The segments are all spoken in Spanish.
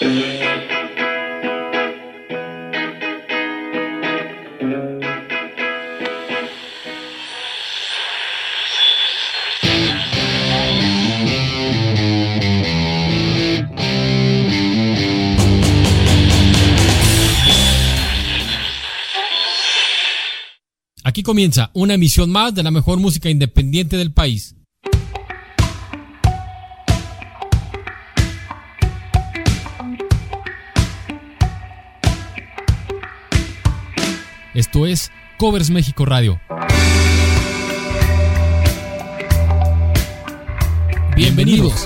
Aquí comienza una emisión más de la mejor música independiente del país. Esto es Covers México Radio. Bienvenidos.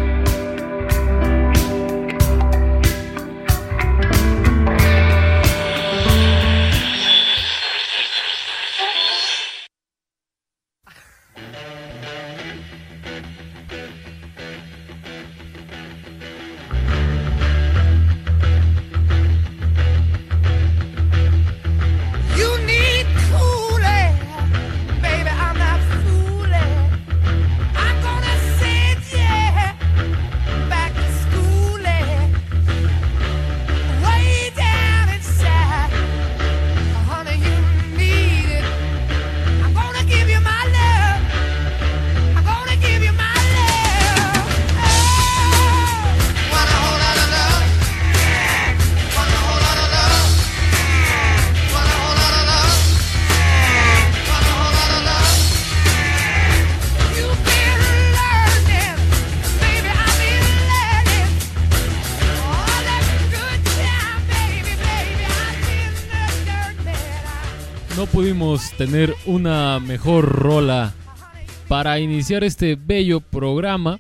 Pudimos tener una mejor rola para iniciar este bello programa.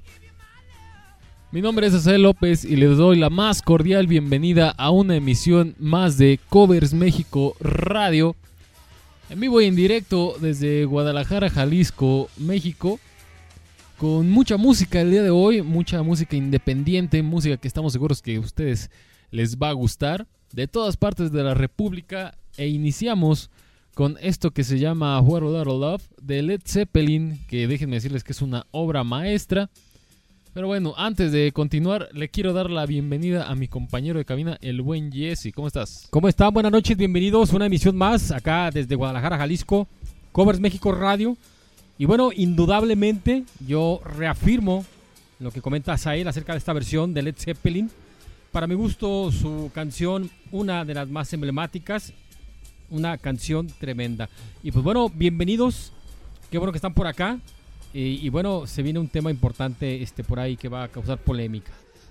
Mi nombre es Azael López y les doy la más cordial bienvenida a una emisión más de Covers México Radio, en vivo y en directo desde Guadalajara, Jalisco, México, con mucha música el día de hoy, mucha música independiente, música que estamos seguros que a ustedes les va a gustar, de todas partes de la República, e iniciamos con esto que se llama What a Lot of Love de Led Zeppelin, que déjenme decirles que es una obra maestra. Pero bueno, antes de continuar, le quiero dar la bienvenida a mi compañero de cabina, el buen Jesse. ¿Cómo estás? ¿Cómo están? Buenas noches, bienvenidos a una emisión más acá desde Guadalajara, Jalisco, Covers México Radio. Y bueno, indudablemente yo reafirmo lo que comenta Azael acerca de esta versión de Led Zeppelin. Para mi gusto, su canción, una de las más emblemáticas, una canción tremenda. Y pues bueno, bienvenidos. Qué bueno que están por acá. Y bueno, se viene un tema importante por ahí que va a causar polémica.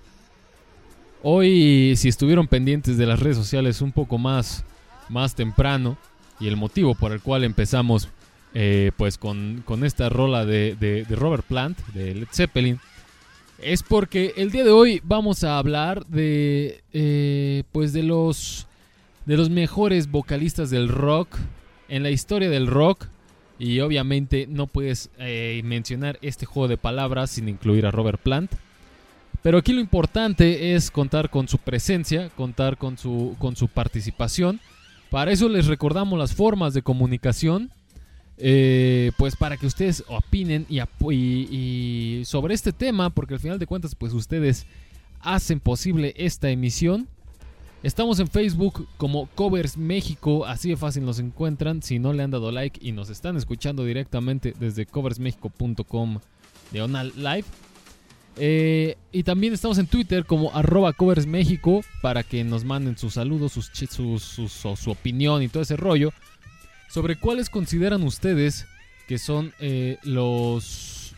Hoy, si estuvieron pendientes de las redes sociales un poco más temprano, y el motivo por el cual empezamos pues con esta rola de Robert Plant, de Led Zeppelin, es porque el día de hoy vamos a hablar de pues de los mejores vocalistas del rock en la historia del rock, y obviamente no puedes mencionar este juego de palabras sin incluir a Robert Plant. Pero aquí lo importante es contar con su presencia, contar con su participación. Para eso les recordamos las formas de comunicación, pues para que ustedes opinen y sobre este tema, porque al final de cuentas pues ustedes hacen posible esta emisión. Estamos en Facebook como Covers México, así de fácil nos encuentran. Si no le han dado like y nos están escuchando directamente desde coversmexico.com/live. Y también estamos en Twitter como @coversmexico para que nos manden sus saludos, su opinión y todo ese rollo sobre cuáles consideran ustedes que son los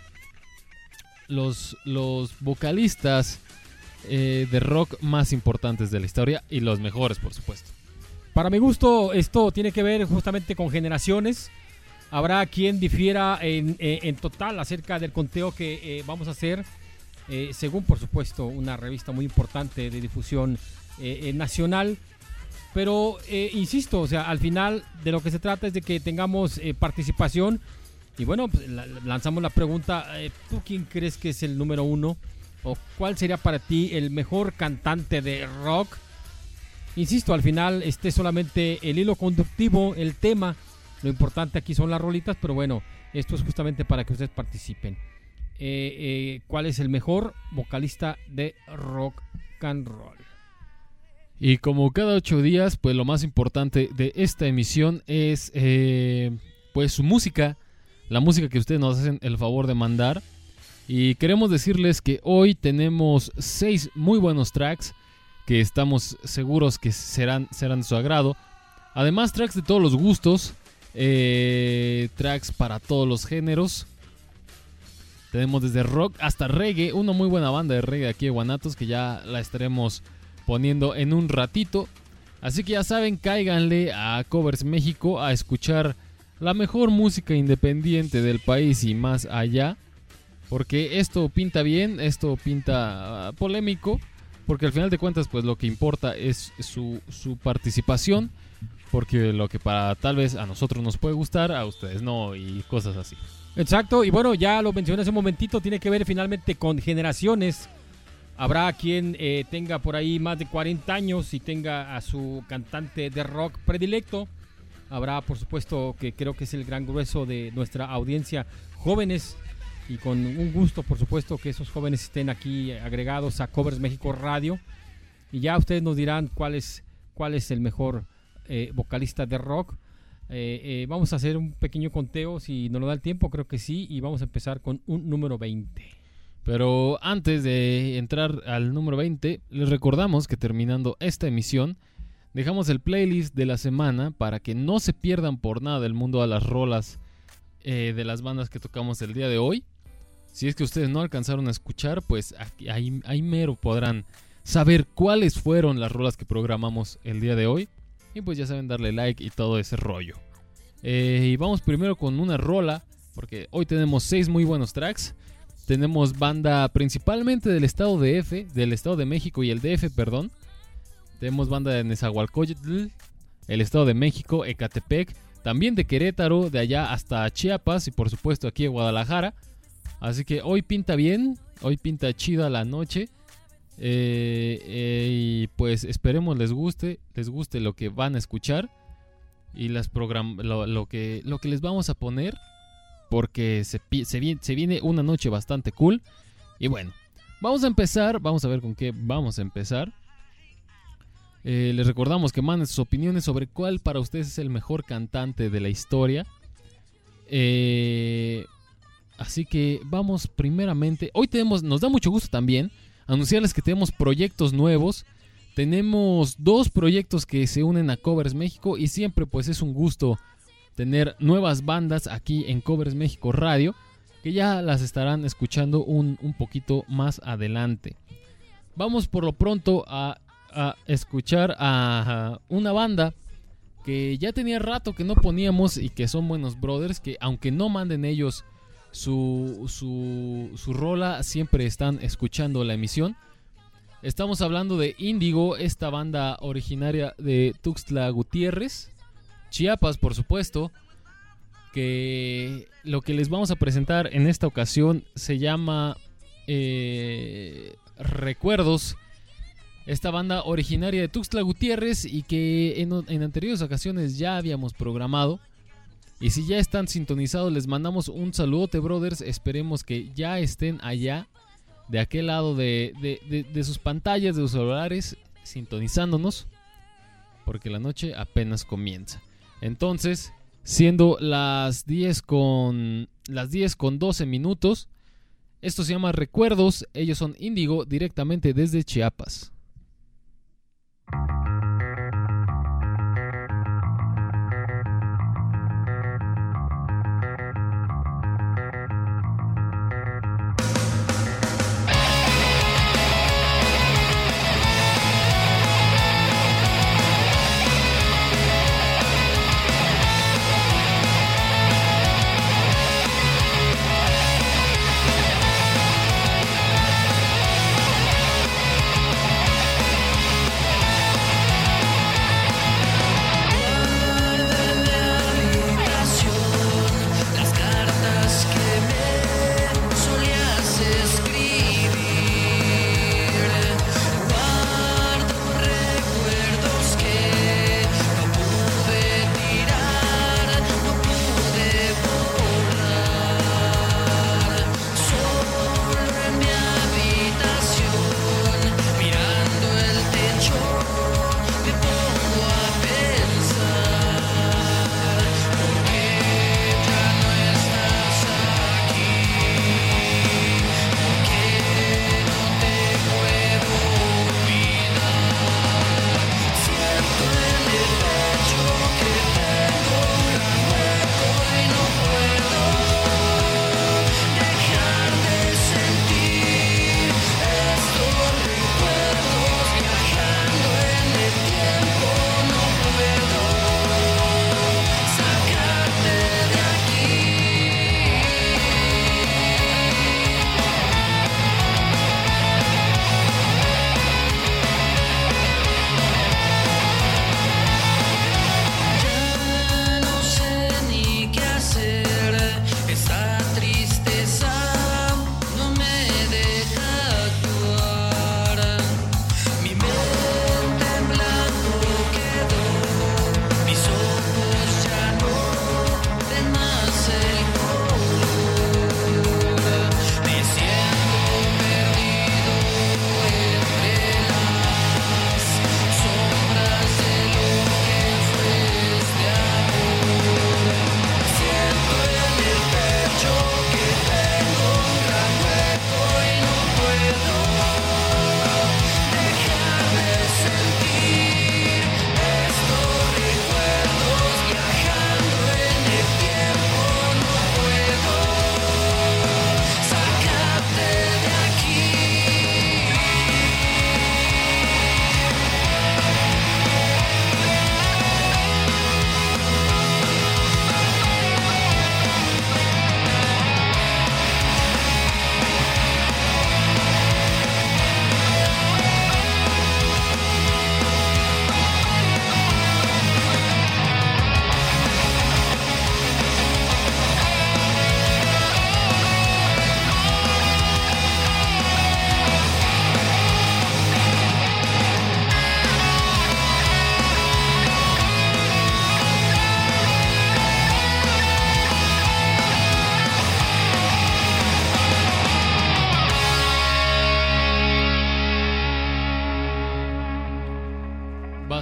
vocalistas de rock más importantes de la historia, y los mejores, por supuesto. Para mi gusto, esto tiene que ver justamente con generaciones. Habrá quien difiera en total acerca del conteo que vamos a hacer, según, por supuesto, una revista muy importante de difusión nacional. Pero, insisto, o sea, al final de lo que se trata es de que tengamos participación. Y bueno, pues, lanzamos la pregunta, ¿tú quién crees que es el número uno? ¿O cuál sería para ti el mejor cantante de rock? Insisto, al final solamente el hilo conductivo, el tema. Lo importante aquí son las rolitas, pero bueno, esto es justamente para que ustedes participen. ¿Cuál es el mejor vocalista de rock and roll? Y como cada 8 días, pues lo más importante de esta emisión es pues su música, la música que ustedes nos hacen el favor de mandar. Y queremos decirles que hoy tenemos 6 muy buenos tracks que estamos seguros que serán de su agrado. Además, tracks de todos los gustos, tracks para todos los géneros. Tenemos desde rock hasta reggae, una muy buena banda de reggae aquí de Guanatos que ya la estaremos poniendo en un ratito. Así que ya saben, cáiganle a Covers México a escuchar la mejor música independiente del país y más allá. Porque esto pinta bien, esto pinta polémico. Porque al final de cuentas, pues lo que importa es su participación. Porque lo que para tal vez a nosotros nos puede gustar, a ustedes no, y cosas así. Exacto, y bueno, ya lo mencioné hace un momentito, tiene que ver finalmente con generaciones. Habrá quien tenga por ahí más de 40 años y tenga a su cantante de rock predilecto. Habrá, por supuesto, que creo que es el gran grueso de nuestra audiencia, jóvenes, y con un gusto, por supuesto, que esos jóvenes estén aquí agregados a Covers México Radio. Y ya ustedes nos dirán cuál es el mejor vocalista de rock. Vamos a hacer un pequeño conteo, si nos lo da el tiempo, creo que sí, y vamos a empezar con un número 20. Pero antes de entrar al número 20, les recordamos que terminando esta emisión, dejamos el playlist de la semana para que no se pierdan por nada del mundo a las rolas de las bandas que tocamos el día de hoy. Si es que ustedes no alcanzaron a escuchar, pues ahí mero podrán saber cuáles fueron las rolas que programamos el día de hoy. Y pues ya saben, darle like y todo ese rollo. Y vamos primero con una rola, porque hoy tenemos 6 muy buenos tracks. Tenemos banda principalmente del estado de México y el DF, perdón. Tenemos banda de Nezahualcóyotl, el estado de México, Ecatepec, también de Querétaro, de allá hasta Chiapas y por supuesto aquí en Guadalajara. Así que hoy pinta bien, hoy pinta chida la noche. Y pues esperemos les guste lo que van a escuchar y lo que les vamos a poner, porque se viene una noche bastante cool. Y bueno, vamos a ver con qué vamos a empezar. Les recordamos que manden sus opiniones sobre cuál para ustedes es el mejor cantante de la historia. Así que vamos primeramente. Hoy nos da mucho gusto también anunciarles que tenemos proyectos nuevos. Tenemos 2 proyectos que se unen a Covers México y siempre pues es un gusto tener nuevas bandas aquí en Covers México Radio, que ya las estarán escuchando un poquito más adelante. Vamos por lo pronto a escuchar a una banda que ya tenía rato que no poníamos y que son buenos brothers, que aunque no manden ellos su rola, siempre están escuchando la emisión. Estamos hablando de Índigo, esta banda originaria de Tuxtla Gutiérrez, Chiapas, por supuesto, que lo que les vamos a presentar en esta ocasión se llama Recuerdos. Esta banda originaria de Tuxtla Gutiérrez y que en anteriores ocasiones ya habíamos programado. Y si ya están sintonizados, les mandamos un saludote, brothers. Esperemos que ya estén allá, de aquel lado de sus pantallas, de sus celulares, sintonizándonos, porque la noche apenas comienza. Entonces, siendo las 10 con 12 minutos, esto se llama Recuerdos. Ellos son Índigo, directamente desde Chiapas.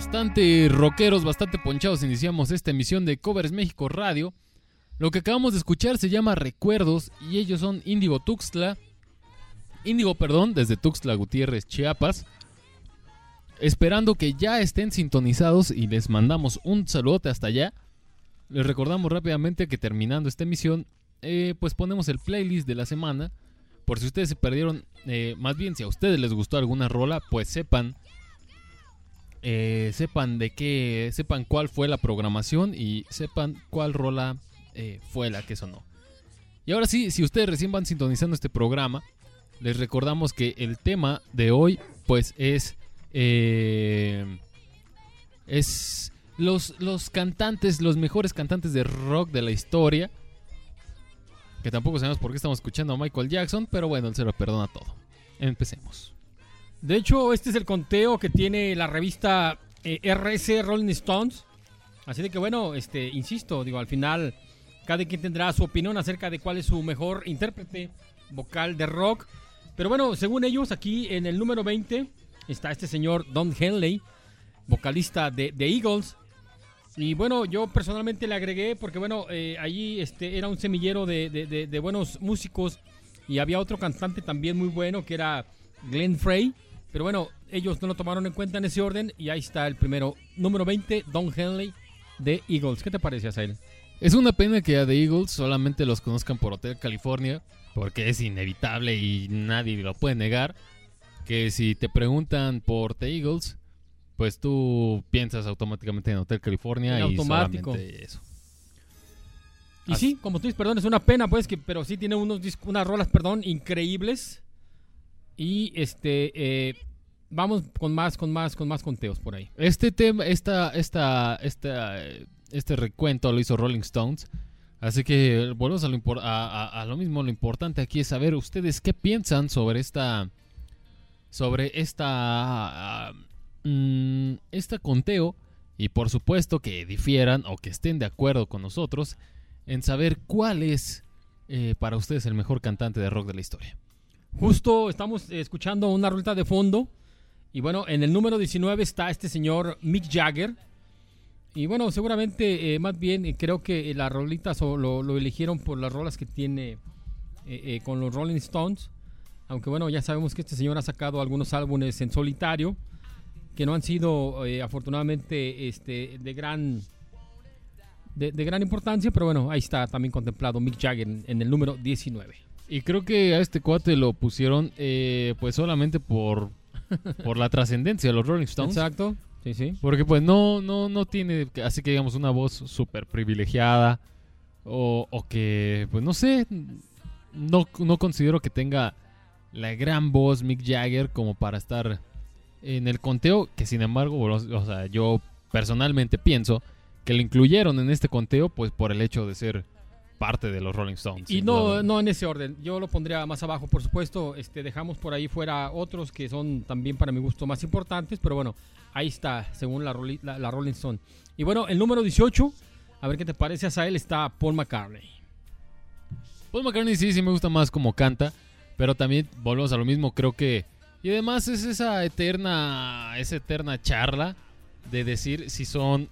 bastante rockeros, bastante ponchados, iniciamos esta emisión de Covers México Radio. Lo que acabamos de escuchar se llama Recuerdos y ellos son Índigo, desde Tuxtla Gutiérrez, Chiapas. Esperando que ya estén sintonizados y les mandamos un saludote hasta allá. Les recordamos rápidamente que terminando esta emisión, pues ponemos el playlist de la semana. Por si ustedes se perdieron, más bien si a ustedes les gustó alguna rola, pues sepan cuál fue la programación y sepan cuál rola fue la que sonó. Y ahora sí, si ustedes recién van sintonizando este programa, les recordamos que el tema de hoy pues es los cantantes, los mejores cantantes de rock de la historia. Que tampoco sabemos por qué estamos escuchando a Michael Jackson, pero bueno, él se lo perdona todo. Empecemos. De hecho, este es el conteo que tiene la revista RC Rolling Stones. Así de que bueno, insisto, digo, al final cada quien tendrá su opinión acerca de cuál es su mejor intérprete vocal de rock. Pero bueno, según ellos, aquí en el número 20 está este señor Don Henley, vocalista de The Eagles. Y bueno, yo personalmente le agregué porque bueno, allí era un semillero de buenos músicos. Y había otro cantante también muy bueno que era Glenn Frey. Pero bueno, ellos no lo tomaron en cuenta en ese orden. Y ahí está el primero, número 20, Don Henley de Eagles. ¿Qué te parece, Asael? Es una pena que a The Eagles solamente los conozcan por Hotel California, porque es inevitable y nadie lo puede negar. Que si te preguntan por The Eagles, pues tú piensas automáticamente en Hotel California en y automático. Solamente eso. Y sí, como tú dices, perdón, es una pena, pues, pero sí tiene unas rolas, increíbles. Y vamos con más conteos por ahí. Este tema, este recuento lo hizo Rolling Stones. Así que volvemos a lo mismo. Lo importante aquí es saber ustedes qué piensan sobre este conteo. Y por supuesto que difieran o que estén de acuerdo con nosotros en saber cuál es para ustedes el mejor cantante de rock de la historia. Justo estamos escuchando una rolita de fondo. Y bueno, en el número 19 está este señor Mick Jagger. Y bueno, seguramente, más bien, creo que las rolitas lo eligieron por las rolas que tiene con los Rolling Stones. Aunque bueno, ya sabemos que este señor ha sacado algunos álbumes en solitario que no han sido, afortunadamente, de gran importancia. Pero bueno, ahí está también contemplado Mick Jagger en el número 19. Y creo que a este cuate lo pusieron pues solamente por la trascendencia de los Rolling Stones. Exacto. Sí, sí. Porque pues no tiene, así que digamos, una voz súper privilegiada o que, pues no sé, no considero que tenga la gran voz Mick Jagger como para estar en el conteo, que sin embargo, o sea, yo personalmente pienso que lo incluyeron en este conteo pues por el hecho de ser parte de los Rolling Stones. Y no en ese orden, yo lo pondría más abajo, por supuesto. Dejamos por ahí fuera otros que son también para mi gusto más importantes, pero bueno, ahí está, según la Rolling Stone. Y bueno, el número 18, a ver qué te parece, Asael, está Paul McCartney. Paul McCartney sí me gusta más como canta, pero también volvemos a lo mismo, creo que... Y además es esa eterna charla de decir si son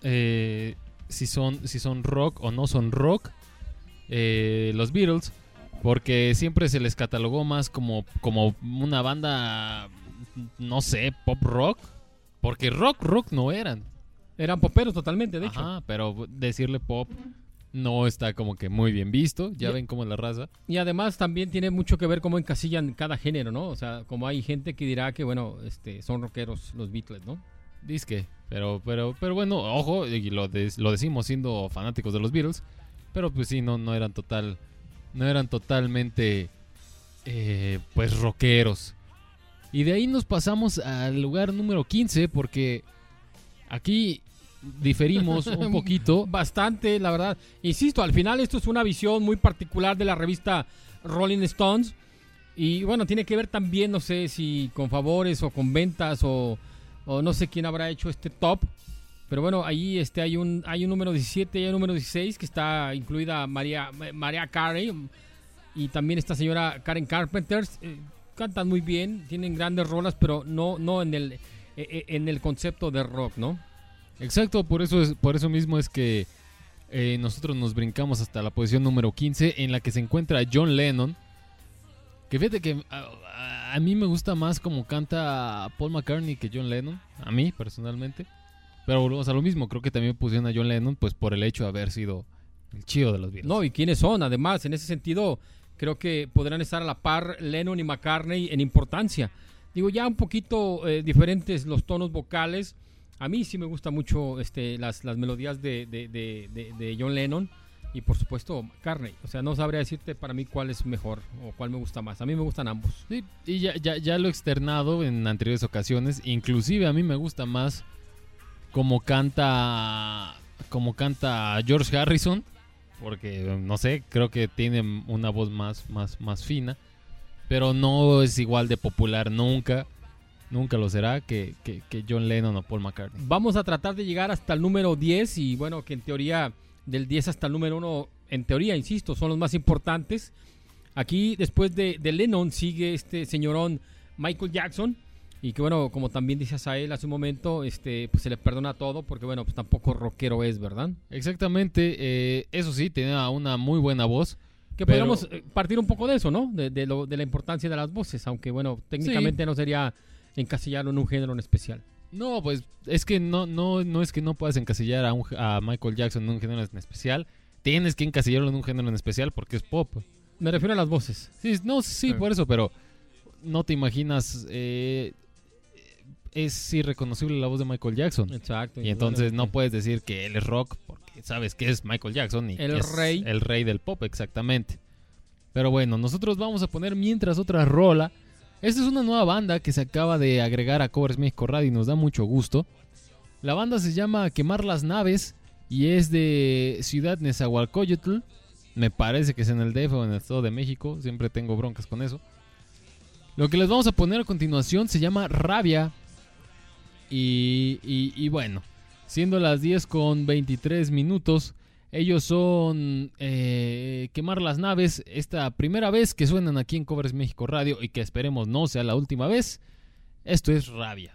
rock o no son rock. Los Beatles, porque siempre se les catalogó más como una banda, no sé, pop rock, porque rock no eran poperos totalmente, de hecho. Ajá, pero decirle pop no está como que muy bien visto. Ya ven cómo es la raza. Y además también tiene mucho que ver cómo encasillan cada género, ¿no? O sea, como hay gente que dirá que bueno, son rockeros los Beatles, ¿no? Disque, pero bueno, ojo, y lo decimos siendo fanáticos de los Beatles. Pero pues sí, no eran totalmente pues rockeros. Y de ahí nos pasamos al lugar número 15, porque aquí diferimos un poquito. Bastante, la verdad. Insisto, al final esto es una visión muy particular de la revista Rolling Stones. Y bueno, tiene que ver también, no sé si con favores o con ventas o no sé quién habrá hecho este top. Pero bueno, ahí hay un número 17 y un número 16 que está incluida Mariah Carey y también esta señora Karen Carpenter. Cantan muy bien, tienen grandes rolas, pero no en el concepto de rock, ¿no? Exacto, por eso mismo es que nosotros nos brincamos hasta la posición número 15, en la que se encuentra John Lennon. Que fíjate que a mí me gusta más como canta Paul McCartney que John Lennon, a mí personalmente. Pero volvemos a lo mismo, creo que también pusieron a John Lennon pues por el hecho de haber sido el chido de los Beatles. No, y quiénes son, además, en ese sentido, creo que podrán estar a la par Lennon y McCartney en importancia. Digo, ya un poquito diferentes los tonos vocales. A mí sí me gusta mucho las melodías de John Lennon y por supuesto McCartney. O sea, no sabría decirte para mí cuál es mejor o cuál me gusta más. A mí me gustan ambos. Sí, y ya lo he externado en anteriores ocasiones. Inclusive a mí me gusta más como canta George Harrison, porque no sé, creo que tiene una voz más fina, pero no es igual de popular nunca lo será que John Lennon o Paul McCartney. Vamos a tratar de llegar hasta el número 10 y bueno, que en teoría del 10 hasta el número 1, en teoría, insisto, son los más importantes. Aquí después de Lennon sigue este señorón Michael Jackson. Y que bueno, como también decías a él hace un momento, pues se le perdona todo porque bueno, pues tampoco rockero es, ¿verdad? Exactamente, eso sí, tenía una muy buena voz. Que podríamos partir un poco de eso, ¿no? De la importancia de las voces, aunque bueno, técnicamente sí, no sería encasillarlo en un género en especial. No, pues es que no es que no puedas encasillar a Michael Jackson en un género en especial. Tienes que encasillarlo en un género en especial porque es pop. Me refiero a las voces. Sí, por eso, pero no te imaginas... es irreconocible la voz de Michael Jackson. Exacto. Y entonces no puedes decir que él es rock porque sabes que es Michael Jackson y el rey del pop, exactamente. Pero bueno, nosotros vamos a poner mientras otra rola. Esta es una nueva banda que se acaba de agregar a Covers México Radio y nos da mucho gusto. La banda se llama Quemar las Naves y es de Ciudad Nezahualcóyotl. Me parece que es en el DF o en el Estado de México. Siempre tengo broncas con eso. Lo que les vamos a poner a continuación se llama Rabia. Y bueno, siendo las 10:23, ellos son Quemar las Naves. Esta primera vez que suenan aquí en Covers México Radio y que esperemos no sea la última vez. Esto es Rabia.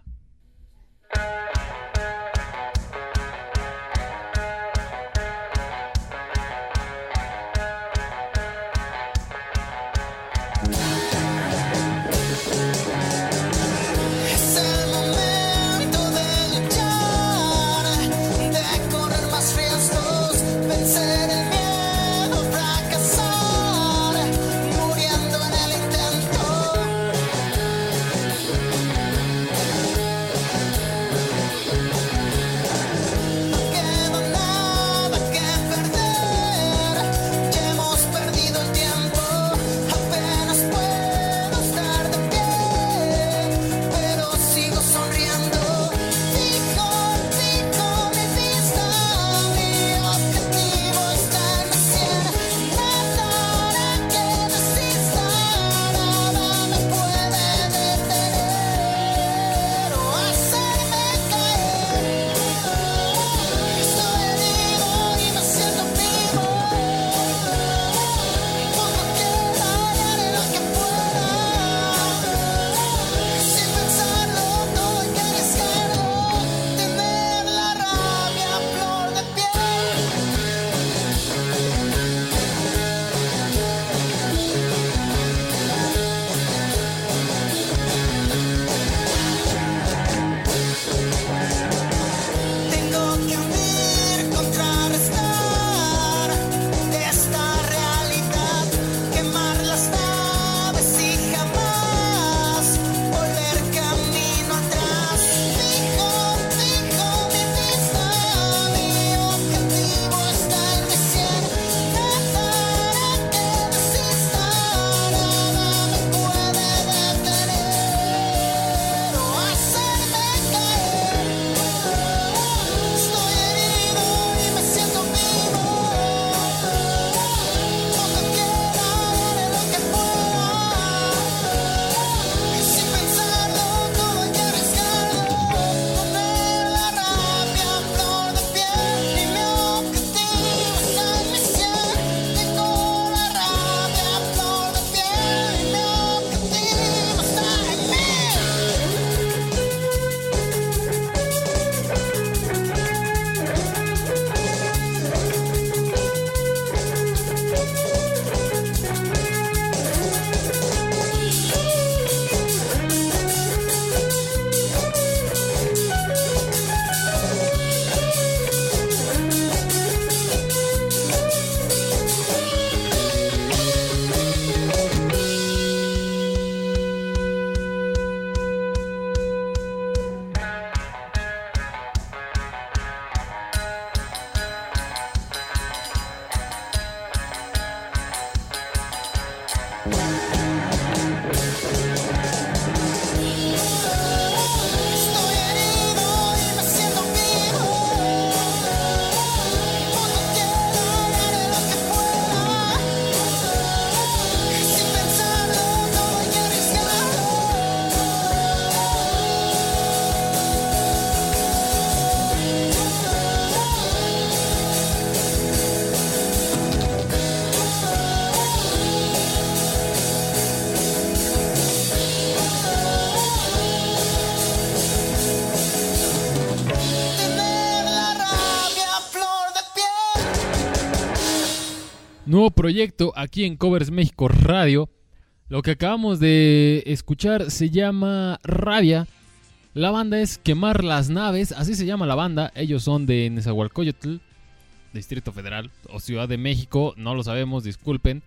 Nuevo proyecto aquí en Covers México Radio. Lo que acabamos de escuchar se llama Rabia. La banda es Quemar las Naves, así se llama la banda. Ellos son de Nezahualcóyotl, Distrito Federal o Ciudad de México, no lo sabemos, disculpen.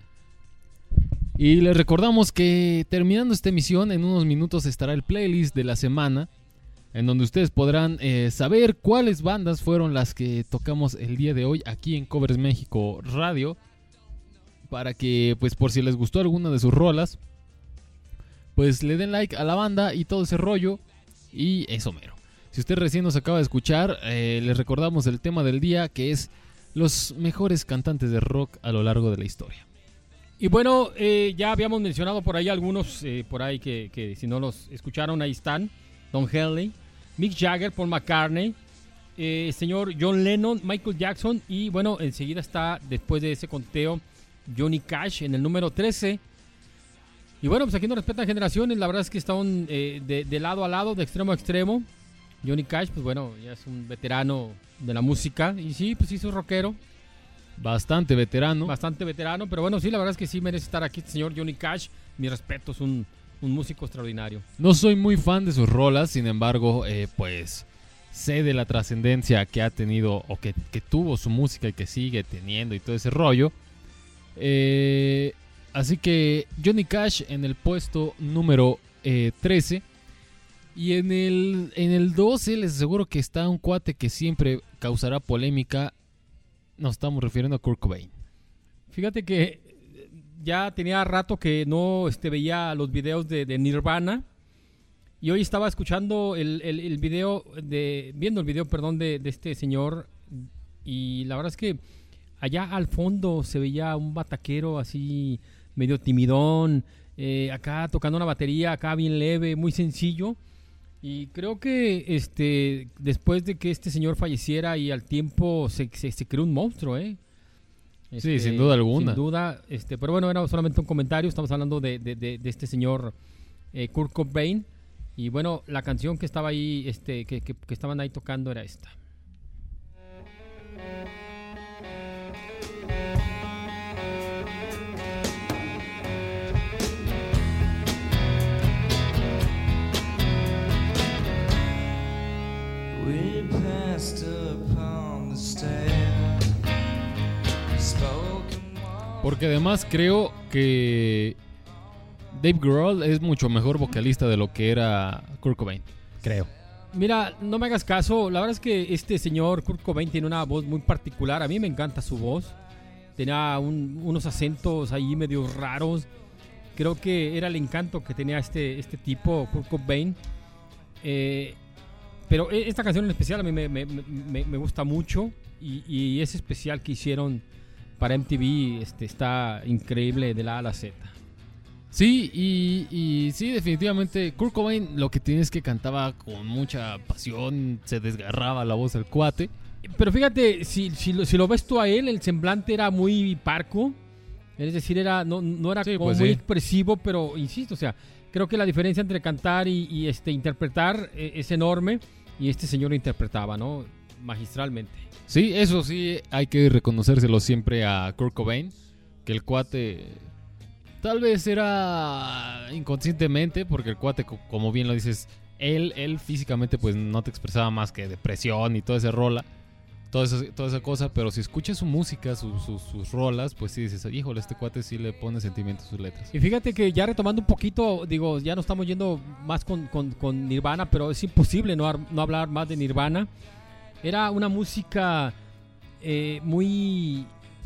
Y les recordamos que terminando esta emisión, en unos minutos estará el playlist de la semana, en donde ustedes podrán saber cuáles bandas fueron las que tocamos el día de hoy aquí en Covers México Radio, para que, pues, por si les gustó alguna de sus rolas, pues le den like a la banda y todo ese rollo. Y eso mero. Si usted recién nos acaba de escuchar, les recordamos el tema del día, que es los mejores cantantes de rock a lo largo de la historia. Y bueno, ya habíamos mencionado por ahí algunos, por ahí que si no los escucharon, ahí están. Don Henley, Mick Jagger, Paul McCartney, señor John Lennon, Michael Jackson. Y bueno, enseguida está, después de ese conteo, Johnny Cash en el número 13. Y bueno, pues aquí no respetan generaciones. La verdad es que están de lado a lado, de extremo a extremo. Johnny Cash, pues bueno, ya es un veterano de la música. Y sí, pues sí, es un rockero. Bastante veterano. Bastante veterano, pero bueno, sí, la verdad es que sí merece estar aquí este señor Johnny Cash. Mi respeto, es un músico extraordinario. No soy muy fan de sus rolas, sin embargo, pues sé de la trascendencia que ha tenido, o que tuvo su música y que sigue teniendo y todo ese rollo. Así que Johnny Cash en el puesto número 13. Y en el 12 les aseguro que está un cuate que siempre causará polémica. Nos estamos refiriendo a Kurt Cobain. Fíjate que ya tenía rato que no veía los videos de Nirvana. Y hoy estaba escuchando el video, viendo el video, perdón, de este señor. Y la verdad es que allá al fondo se veía un bataquero así medio timidón, acá tocando una batería, acá bien leve, muy sencillo. Y creo que después de que este señor falleciera y al tiempo se creó un monstruo, sí, sin duda alguna. Sin duda, pero bueno, era solamente un comentario. Estamos hablando de este señor Kurt Cobain. Y bueno, la canción que estaba ahí, que estaban ahí tocando era esta. Porque además creo que Dave Grohl es mucho mejor vocalista de lo que era Kurt Cobain. Creo. Mira, no me hagas caso. La verdad es que este señor Kurt Cobain tiene una voz muy particular. A mí me encanta su voz. Tenía unos acentos ahí medio raros. Creo que era el encanto que tenía este tipo, Kurt Cobain. Pero esta canción en especial a mí me gusta mucho. Y ese especial que hicieron para MTV está increíble de la A a la Z. Sí, y sí, definitivamente Kurt Cobain lo que tiene es que cantaba con mucha pasión, se desgarraba la voz del cuate. Pero fíjate, si lo ves tú a él, el semblante era muy parco. Es decir, no era sí, como pues muy expresivo, pero insisto, o sea, creo que la diferencia entre cantar y interpretar es enorme. Y este señor lo interpretaba, ¿no? Magistralmente. Sí, eso sí, hay que reconocérselo siempre a Kurt Cobain, que el cuate tal vez era inconscientemente, porque el cuate, como bien lo dices, él físicamente pues no te expresaba más que depresión y toda esa rola, toda esa cosa, pero si escuchas su música, sus rolas, pues sí dices, híjole, este cuate sí le pone sentimiento a sus letras. Y fíjate que ya retomando un poquito, digo, ya no estamos yendo más con Nirvana, pero es imposible no hablar más de Nirvana. Era una música muy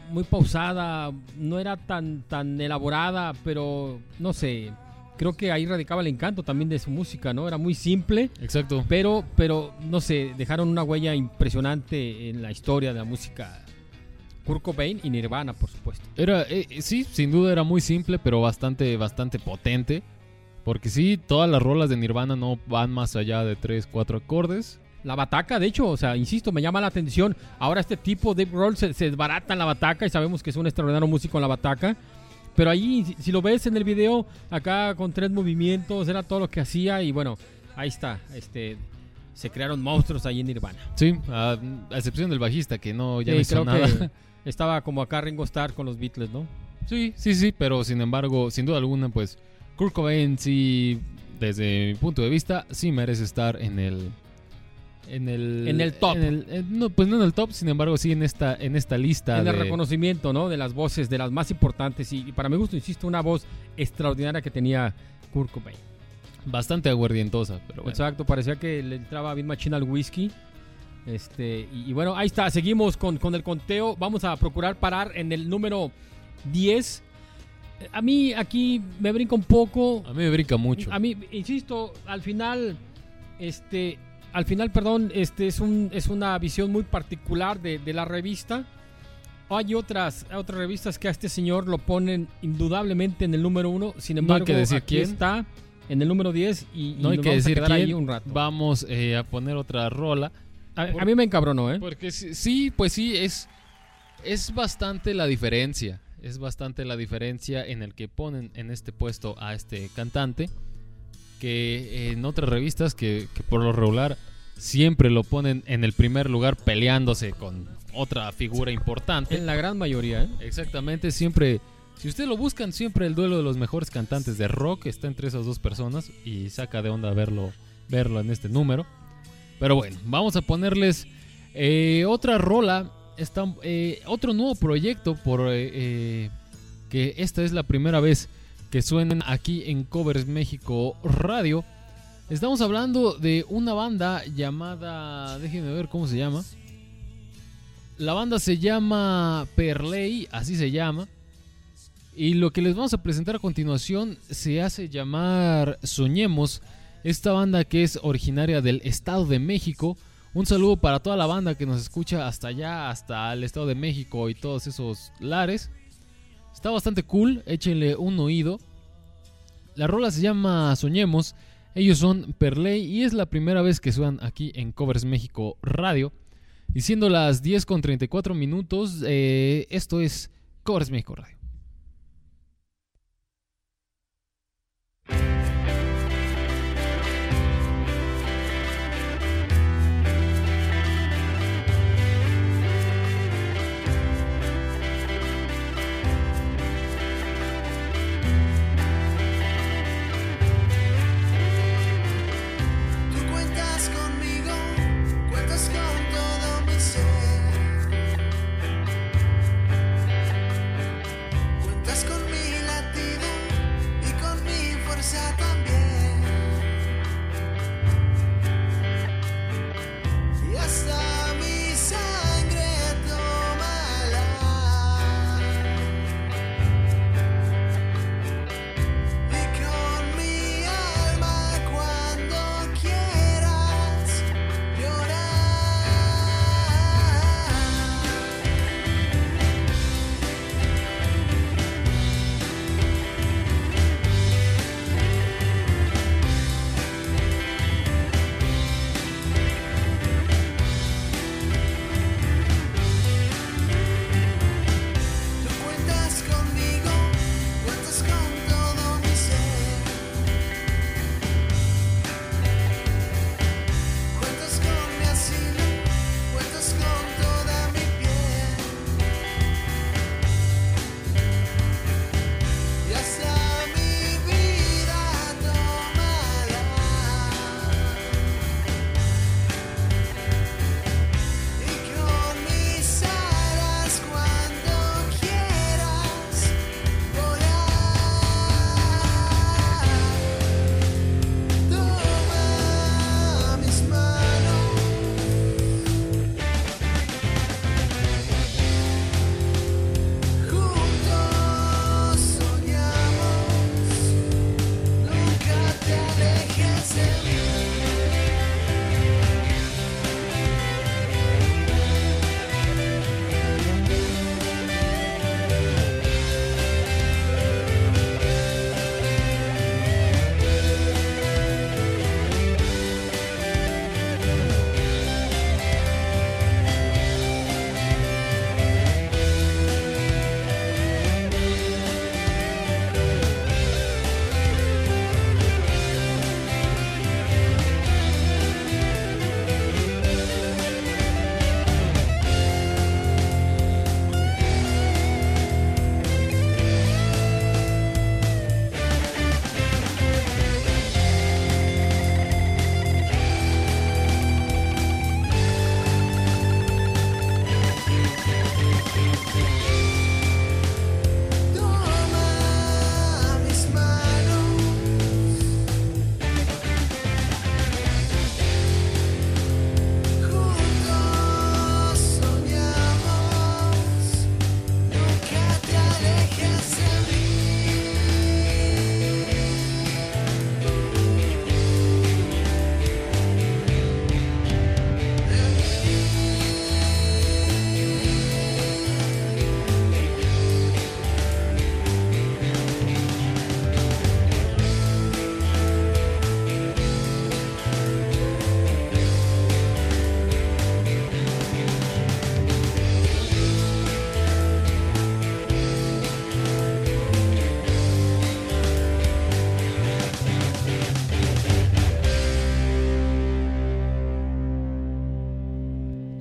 muy pausada, no era tan elaborada, pero no sé, creo que ahí radicaba el encanto también de su música, ¿no? Era muy simple. Exacto. Pero no sé, dejaron una huella impresionante en la historia de la música. Kurt Cobain y Nirvana, por supuesto. Sí, sin duda era muy simple, pero bastante potente. Porque sí, todas las rolas de Nirvana no van más allá de 3, 4 acordes. La bataca, de hecho, o sea, insisto, me llama la atención. Ahora este tipo, Dave Grohl, se desbarata en la bataca y sabemos que es un extraordinario músico en la bataca. Pero ahí, si lo ves en el video, acá con 3 movimientos, era todo lo que hacía. Y bueno, ahí está, se crearon monstruos ahí en Nirvana. Sí, a excepción del bajista, que ya no hizo creo nada. que estaba como acá Ringo Starr con los Beatles, ¿no? Sí, pero sin embargo, sin duda alguna, pues Kurt Cobain sí, desde mi punto de vista, sí merece estar en el top. No, pues no en el top, sin embargo, sí en esta lista. En el reconocimiento, ¿no? De las voces, de las más importantes. Y para mi gusto, insisto, una voz extraordinaria que tenía Kurt Cobain. Bastante aguardientosa, pero bueno. Exacto, parecía que le entraba bien machina al whisky. Y bueno, ahí está, seguimos con el conteo. Vamos a procurar parar en el número 10. A mí aquí me brinca un poco. A mí me brinca mucho. A mí, insisto, al final, perdón, es una visión muy particular de la revista. Hay otras revistas que a este señor lo ponen indudablemente en el número 1. Sin embargo, no hay que decir aquí quién está en el número 10 y no hay que decir quién. Ahí un rato. Vamos a poner otra rola. A mí me encabronó, ¿eh? Porque sí, pues sí, es bastante la diferencia. Es bastante la diferencia en el que ponen en este puesto a este cantante, que en otras revistas que por lo regular siempre lo ponen en el primer lugar peleándose con otra figura importante. En la gran mayoría, ¿eh? Exactamente, siempre, si ustedes lo buscan, siempre el duelo de los mejores cantantes de rock está entre esas dos personas y saca de onda verlo en este número. Pero bueno, vamos a ponerles otra rola. Otro nuevo proyecto que esta es la primera vez que suenan aquí en Covers México Radio. Estamos hablando de una banda llamada, déjenme ver cómo se llama. La banda se llama Perley, así se llama. Y lo que les vamos a presentar a continuación se hace llamar Soñemos. Esta banda que es originaria del Estado de México. Un saludo para toda la banda que nos escucha hasta allá, hasta el Estado de México y todos esos lares. Está bastante cool, échenle un oído. La rola se llama Soñemos. Ellos son Perley y es la primera vez que suenan aquí en Covers México Radio. Y siendo las 10:34, esto es Covers México Radio.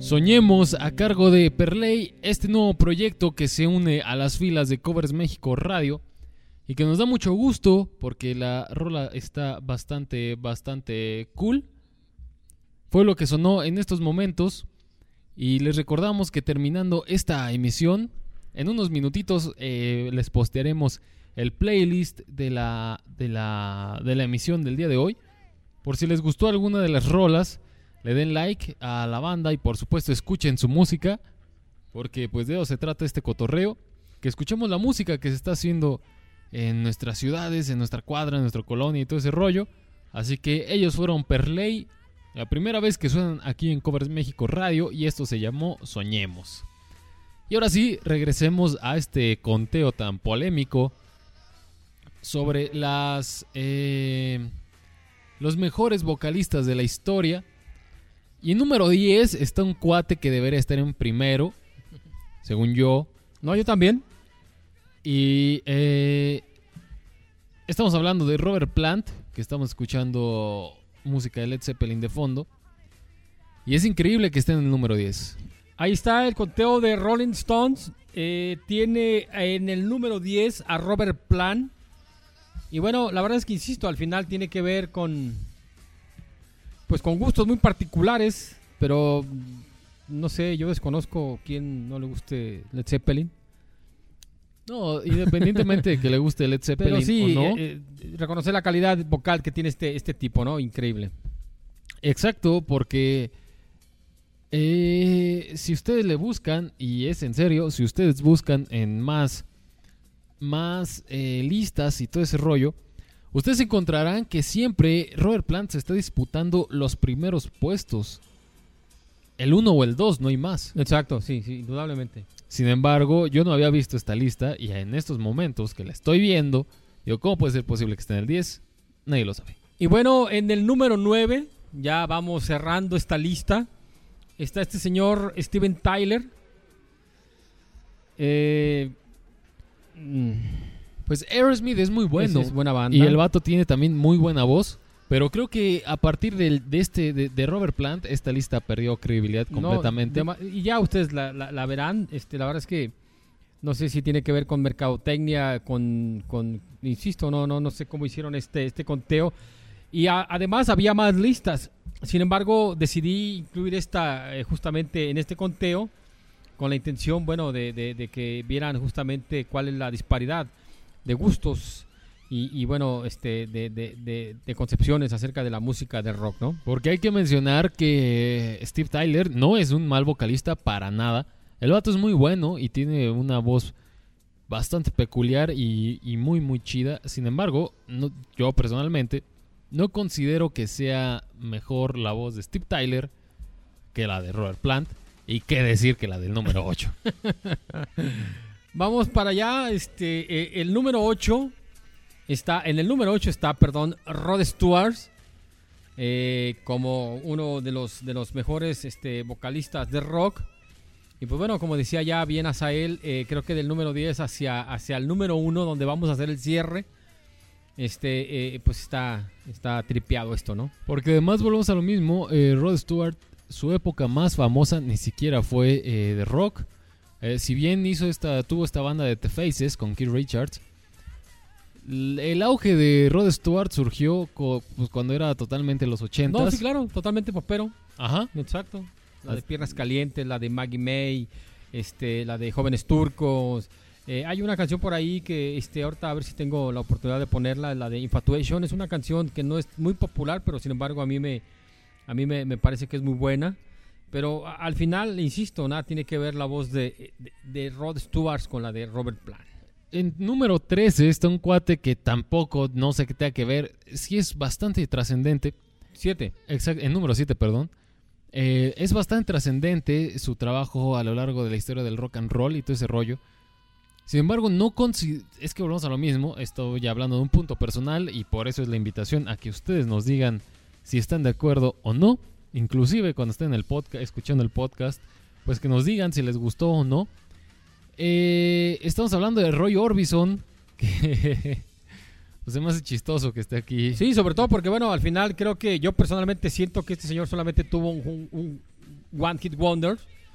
Soñemos, a cargo de Perley, este nuevo proyecto que se une a las filas de Covers México Radio y que nos da mucho gusto porque la rola está bastante cool. Fue lo que sonó en estos momentos y les recordamos que terminando esta emisión, en unos minutitos les postearemos el playlist de la emisión del día de hoy. Por si les gustó alguna de las rolas, le den like a la banda y por supuesto escuchen su música, porque pues de eso se trata este cotorreo, que escuchemos la música que se está haciendo en nuestras ciudades, en nuestra cuadra, en nuestra colonia y todo ese rollo. Así que ellos fueron Perley, la primera vez que suenan aquí en Covers México Radio, y esto se llamó Soñemos. Y ahora sí, regresemos a este conteo tan polémico sobre los mejores vocalistas de la historia. Y en número 10 está un cuate que debería estar en primero, según yo. No, yo también. Y estamos hablando de Robert Plant, que estamos escuchando música de Led Zeppelin de fondo. Y es increíble que esté en el número 10. Ahí está el conteo de Rolling Stones. Tiene en el número 10 a Robert Plant. Y bueno, la verdad es que insisto, al final tiene que ver con gustos muy particulares, pero no sé, yo desconozco quién no le guste Led Zeppelin. No, independientemente de que le guste Led Zeppelin pero sí, o no. Reconocer la calidad vocal que tiene este tipo, ¿no? Increíble. Exacto, porque si ustedes le buscan, y es en serio, si ustedes buscan en más listas y todo ese rollo, ustedes encontrarán que siempre Robert Plant se está disputando los primeros puestos. El 1 o el 2, no hay más. Exacto, sí, indudablemente. Sin embargo, yo no había visto esta lista y en estos momentos que la estoy viendo, digo, ¿cómo puede ser posible que esté en el 10? Nadie lo sabe. Y bueno, en el número 9, ya vamos cerrando esta lista, está este señor Steven Tyler. Pues Aerosmith es muy bueno. Es buena banda. Y el vato tiene también muy buena voz. Pero creo que a partir de Robert Plant, esta lista perdió credibilidad completamente. Y ya ustedes la verán. La verdad es que no sé si tiene que ver con mercadotecnia, insisto, no sé cómo hicieron este conteo. Y además había más listas. Sin embargo, decidí incluir esta justamente en este conteo con la intención, de que vieran justamente cuál es la disparidad de gustos y de concepciones acerca de la música del rock, ¿no? Porque hay que mencionar que Steve Tyler no es un mal vocalista para nada. El vato es muy bueno y tiene una voz bastante peculiar y muy muy chida. Sin embargo, yo personalmente no considero que sea mejor la voz de Steve Tyler que la de Robert Plant. Y qué decir que la del número 8. Vamos para allá. El número 8 está Rod Stewart, como uno de los mejores vocalistas de rock. Y pues bueno, como decía ya bien Asael, creo que del número 10 hacia el número 1, donde vamos a hacer el cierre, pues está tripeado esto, ¿no? Porque además volvemos a lo mismo. Rod Stewart, su época más famosa ni siquiera fue de rock. Si bien tuvo esta banda de The Faces con Keith Richards, el auge de Rod Stewart surgió cuando era totalmente los 80s. No, sí, claro, totalmente popero. Ajá. Exacto. La de Piernas Calientes, la de Maggie May, la de Jóvenes Turcos. Hay una canción por ahí que ahorita a ver si tengo la oportunidad de ponerla, la de Infatuation. Es una canción que no es muy popular, pero sin embargo a mí me parece que es muy buena. Pero al final, insisto, nada tiene que ver la voz de Rod Stewart con la de Robert Plant. En número 13 está un cuate que tampoco, no sé qué tenga que ver. Sí es bastante trascendente. 7. Exacto, en número 7, perdón. Es bastante trascendente su trabajo a lo largo de la historia del rock and roll y todo ese rollo. Sin embargo, es que volvemos a lo mismo. Estoy hablando de un punto personal y por eso es la invitación a que ustedes nos digan si están de acuerdo o no. Inclusive cuando estén en el podcast, escuchando el podcast, pues que nos digan si les gustó o no. Estamos hablando de Roy Orbison, que pues se me hace chistoso que esté aquí. Sí, sobre todo porque, bueno, al final creo que yo personalmente siento que este señor solamente tuvo One Hit Wonder.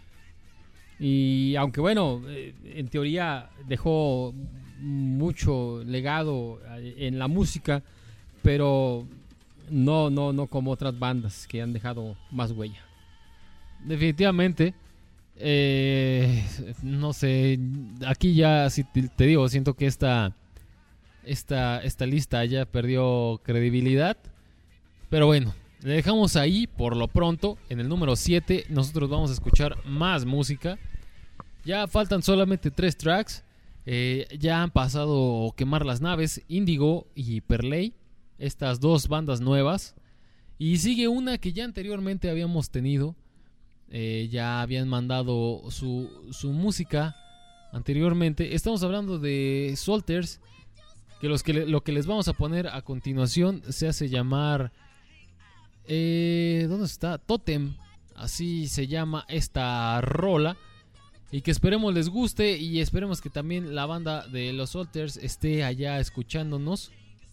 Y aunque bueno, en teoría dejó mucho legado en la música, pero no como otras bandas que han dejado más huella. Definitivamente. No sé, aquí ya, si te digo, siento que esta lista ya perdió credibilidad. Pero bueno, le dejamos ahí por lo pronto. En el número 7 nosotros vamos a escuchar más música. Ya faltan solamente 3 tracks. Ya han pasado Quemar las Naves, Índigo y Perley, estas 2 bandas nuevas. Y sigue una que ya anteriormente habíamos tenido. Ya habían mandado su música anteriormente. Estamos hablando de Solters, que lo que les vamos a poner a continuación se hace llamar ¿dónde está? Totem, así se llama esta rola. Y que esperemos les guste, y esperemos que también la banda de los Solters esté allá escuchándonos.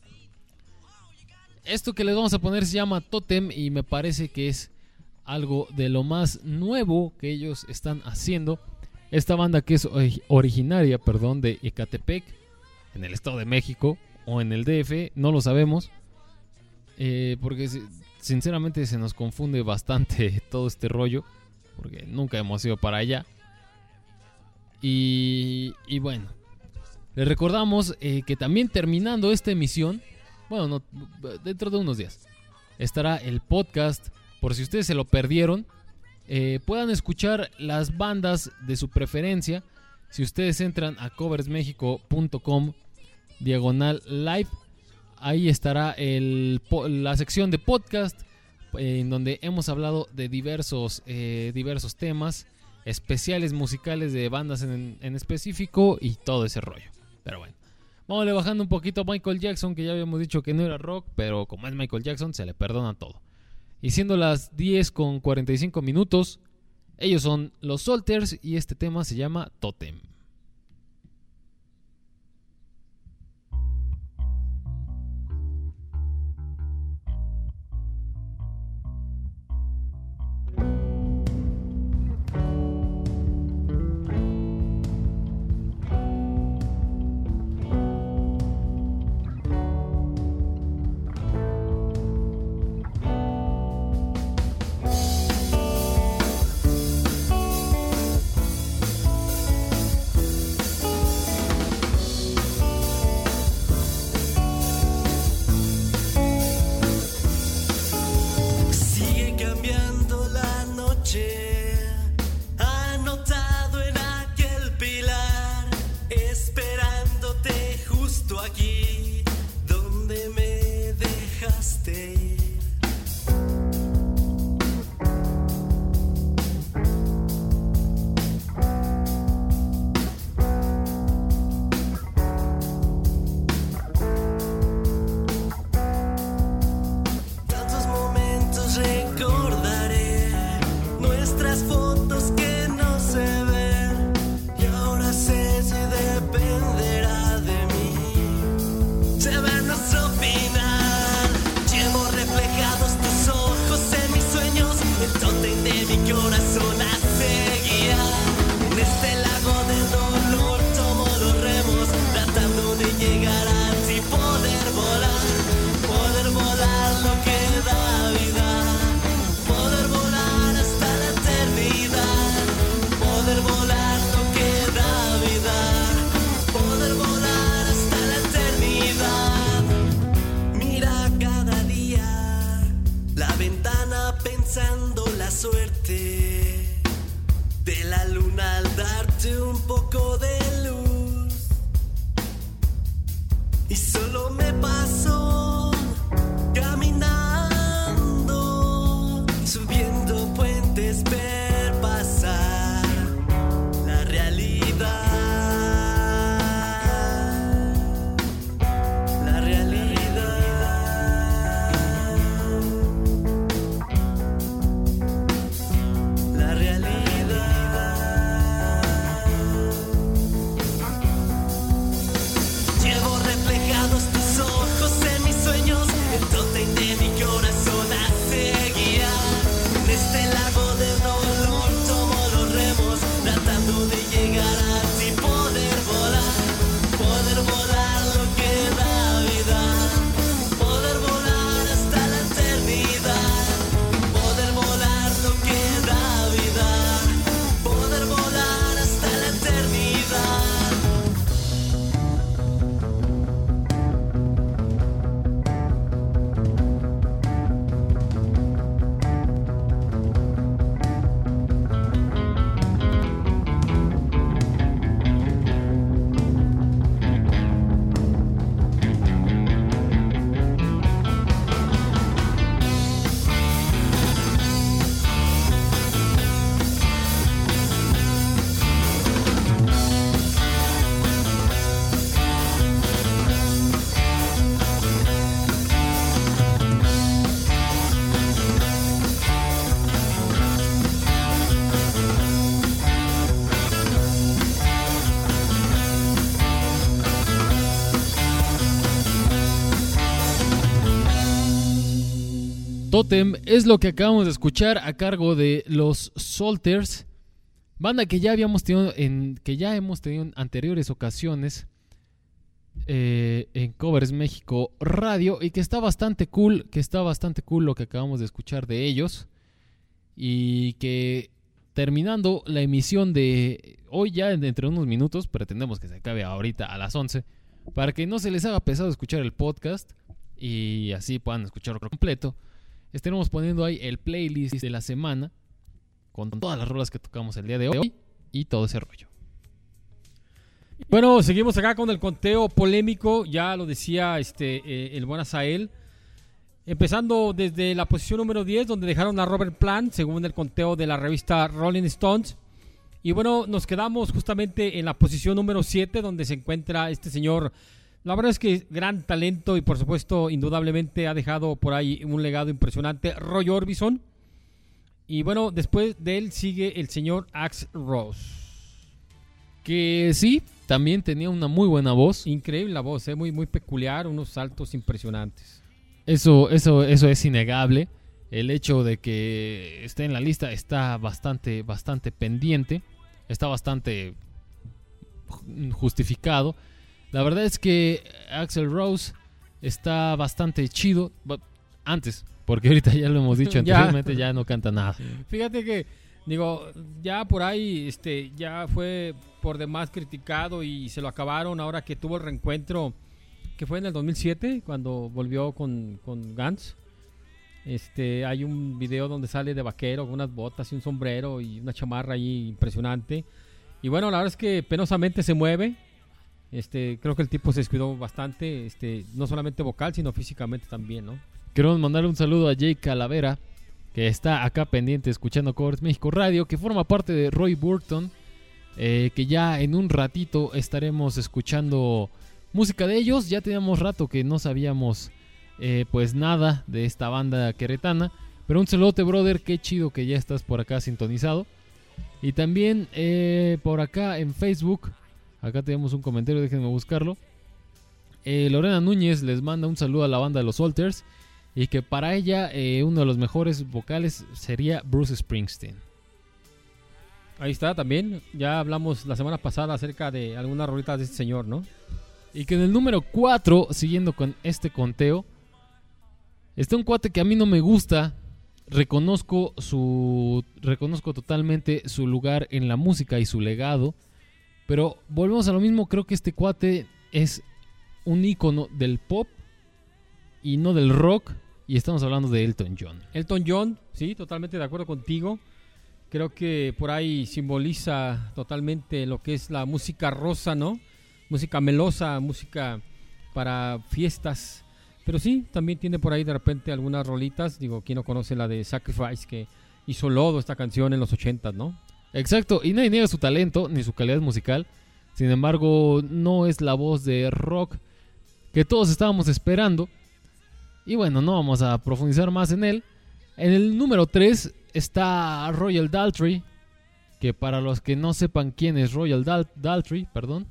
Esto que les vamos a poner se llama Totem, y me parece que es algo de lo más nuevo que ellos están haciendo. Esta banda, que es originaria, de Ecatepec, en el Estado de México, o en el DF, no lo sabemos, porque sinceramente se nos confunde bastante todo este rollo, porque nunca hemos ido para allá. Y bueno, les recordamos que también terminando esta emisión, bueno, dentro de unos días, estará el podcast, por si ustedes se lo perdieron, puedan escuchar las bandas de su preferencia. Si ustedes entran a coversmexico.com/live, ahí estará la sección de podcast, en donde hemos hablado de diversos temas especiales musicales de bandas en específico y todo ese rollo. Pero bueno, vamos bajando un poquito a Michael Jackson, que ya habíamos dicho que no era rock, pero como es Michael Jackson se le perdona todo. Y siendo las 10:45, ellos son los Solters y este tema se llama Totem. Se ve nuestro final. Llevo Totem es lo que acabamos de escuchar a cargo de los Salters, banda que ya hemos tenido en anteriores ocasiones en Covers México Radio, y que está bastante cool, lo que acabamos de escuchar de ellos, y que terminando la emisión de hoy, ya dentro de unos minutos, pretendemos que se acabe ahorita a las 11, para que no se les haga pesado escuchar el podcast y así puedan escucharlo completo. Estaremos poniendo ahí el playlist de la semana con todas las rolas que tocamos el día de hoy y todo ese rollo. Bueno, seguimos acá con el conteo polémico, ya lo decía el buen Asael. Empezando desde la posición número 10, donde dejaron a Robert Plant, según el conteo de la revista Rolling Stones. Y bueno, nos quedamos justamente en la posición número 7, donde se encuentra este señor. La verdad es que gran talento y por supuesto, indudablemente ha dejado por ahí un legado impresionante, Roy Orbison. Y bueno, después de él sigue el señor Axl Rose. Que sí, también tenía una muy buena voz. Increíble la voz, muy, muy peculiar, unos saltos impresionantes. Eso es innegable. El hecho de que esté en la lista está bastante pendiente. Está bastante justificado. La verdad es que Axl Rose está bastante chido. Antes, porque ahorita ya lo hemos dicho anteriormente, ya no canta nada. Fíjate que, ya por ahí ya fue por demás criticado y se lo acabaron ahora que tuvo el reencuentro, que fue en el 2007, cuando volvió con Guns. Hay un video donde sale de vaquero con unas botas y un sombrero y una chamarra ahí impresionante. Y bueno, la verdad es que penosamente se mueve. Creo que el tipo se descuidó bastante, no solamente vocal, sino físicamente también, ¿no? Queremos mandar un saludo a Jake Calavera, que está acá pendiente escuchando Covers México Radio, que forma parte de Roy Burton, que ya en un ratito estaremos escuchando música de ellos. Ya teníamos rato que no sabíamos pues nada de esta banda queretana, pero un saludote, brother, qué chido que ya estás por acá sintonizado. Y también por acá en Facebook, acá tenemos un comentario, déjenme buscarlo. Lorena Núñez les manda un saludo a la banda de los Salters, y que para ella uno de los mejores vocales sería Bruce Springsteen. Ahí está también, ya hablamos la semana pasada acerca de algunas rolitas de este señor, ¿no? Y que en el número 4, siguiendo con este conteo, está un cuate que a mí no me gusta. Reconozco totalmente su lugar en la música y su legado, pero volvemos a lo mismo. Creo que este cuate es un ícono del pop y no del rock, y estamos hablando de Elton John. Elton John, sí, totalmente de acuerdo contigo. Creo que por ahí simboliza totalmente lo que es la música rosa, ¿no? Música melosa, música para fiestas. Pero sí, también tiene por ahí de repente algunas rolitas. ¿Quién no conoce la de Sacrifice, que hizo lodo esta canción en los 80, ¿no? Exacto, y nadie niega su talento ni su calidad musical. Sin embargo, no es la voz de rock que todos estábamos esperando. Y bueno, no vamos a profundizar más en él. En el número 3 está Royal Daltrey, que para los que no sepan quién es Royal Daltrey, perdón,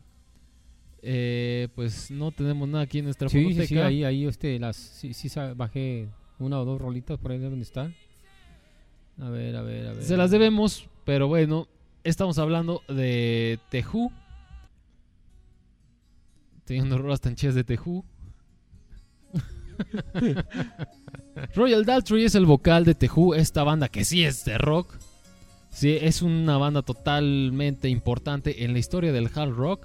pues no tenemos nada aquí en nuestra fonoteca. Sí, ahí bajé una o dos rolitas por ahí de donde están. A ver. Se las debemos, pero bueno, estamos hablando de The Who. Teniendo rolas tan chidas de The Who. Royal Daltrey es el vocal de The Who, esta banda que sí es de rock. Sí, es una banda totalmente importante en la historia del hard rock.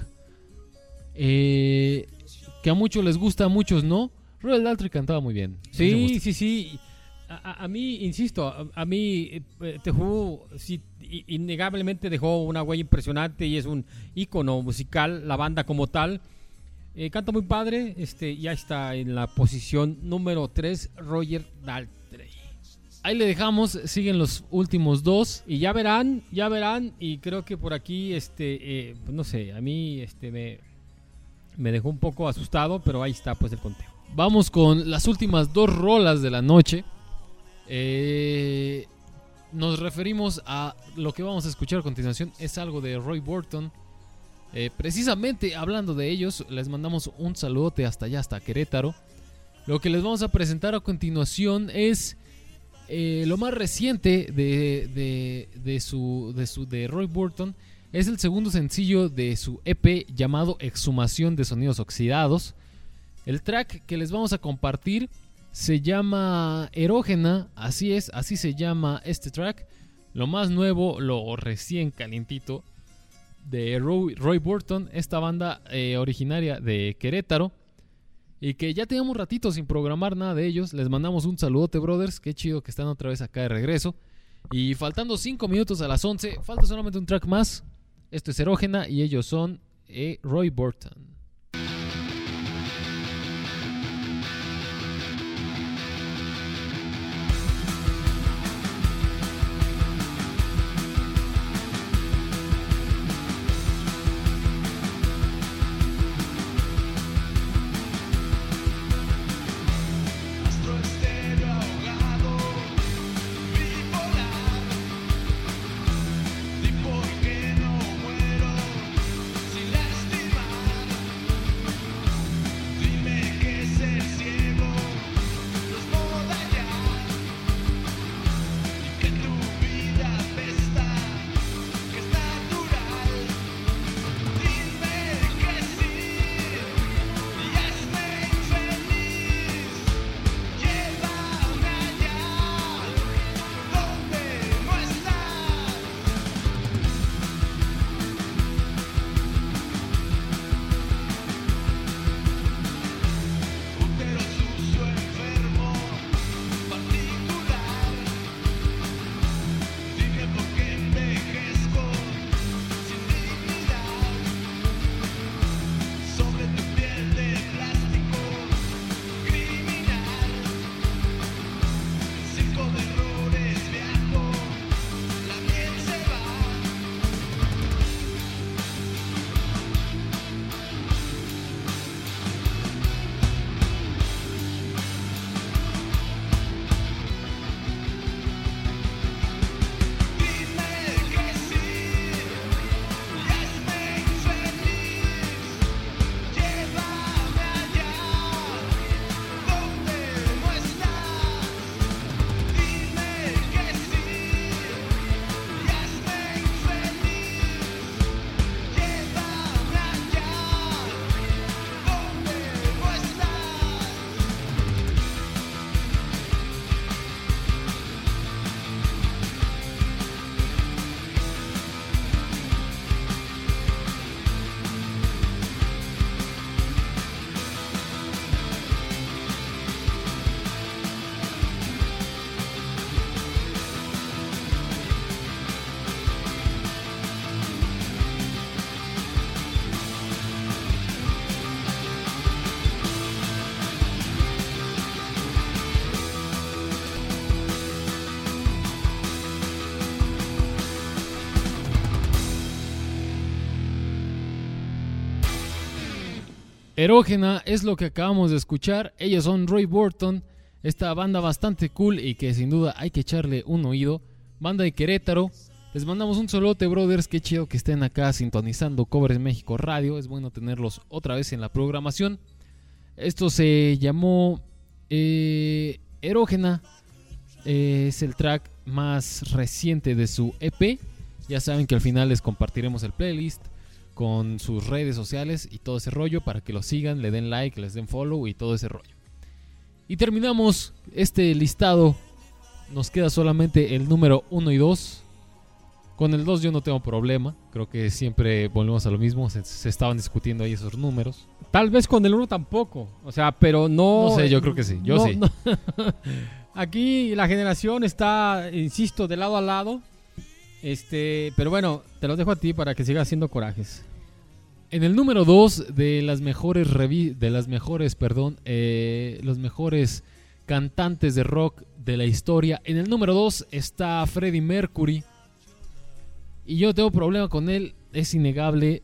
Que a muchos les gusta, a muchos no. Royal Daltrey cantaba muy bien. Sí. A mí, insisto, a mí The Who sí, innegablemente dejó una huella impresionante y es un ícono musical, la banda como tal. Canta muy padre, ya está en la posición número 3, Roger Daltrey. Ahí le dejamos, siguen los últimos dos. Y ya verán, y creo que por aquí, no sé, a mí me dejó un poco asustado, pero ahí está pues el conteo. Vamos con las últimas dos rolas de la noche. Nos referimos a lo que vamos a escuchar a continuación, es algo de Roy Burton. Precisamente hablando de ellos, les mandamos un saludote hasta allá, hasta Querétaro. Lo que les vamos a presentar a continuación es lo más reciente de Roy Burton es el segundo sencillo de su EP llamado Exhumación de Sonidos Oxidados. El track que les vamos a compartir se llama Erógena, así es, así se llama este track. Lo más nuevo, lo recién calientito de Roy Burton, esta banda originaria de Querétaro y que ya teníamos ratito sin programar nada de ellos. Les mandamos un saludote, brothers, qué chido que están otra vez acá de regreso. Y faltando 5 minutos a las 11, falta solamente un track más. Esto es Erógena y ellos son Roy Burton. Erógena es lo que acabamos de escuchar. Ellos son Roy Burton, esta banda bastante cool y que sin duda hay que echarle un oído. Banda de Querétaro. Les mandamos un saludote, brothers. Qué chido que estén acá sintonizando Covers México Radio. Es bueno tenerlos otra vez en la programación. Esto se llamó Erógena. Es el track más reciente de su EP. Ya saben que al final les compartiremos el playlist con sus redes sociales y todo ese rollo para que lo sigan, le den like, les den follow y todo ese rollo. Y terminamos este listado. Nos queda solamente el número 1 y 2. Con el 2 yo no tengo problema. Creo que siempre volvemos a lo mismo. Se estaban discutiendo ahí esos números. Tal vez con el 1 tampoco. O sea, pero no... No sé, yo creo que sí. Yo no, sí. No. Aquí la generación está, insisto, de lado a lado. Pero bueno, te los dejo a ti para que sigas haciendo corajes. En el número 2 de los mejores cantantes de rock de la historia, en el número 2 está Freddie Mercury. Y yo no tengo problema con él, es innegable.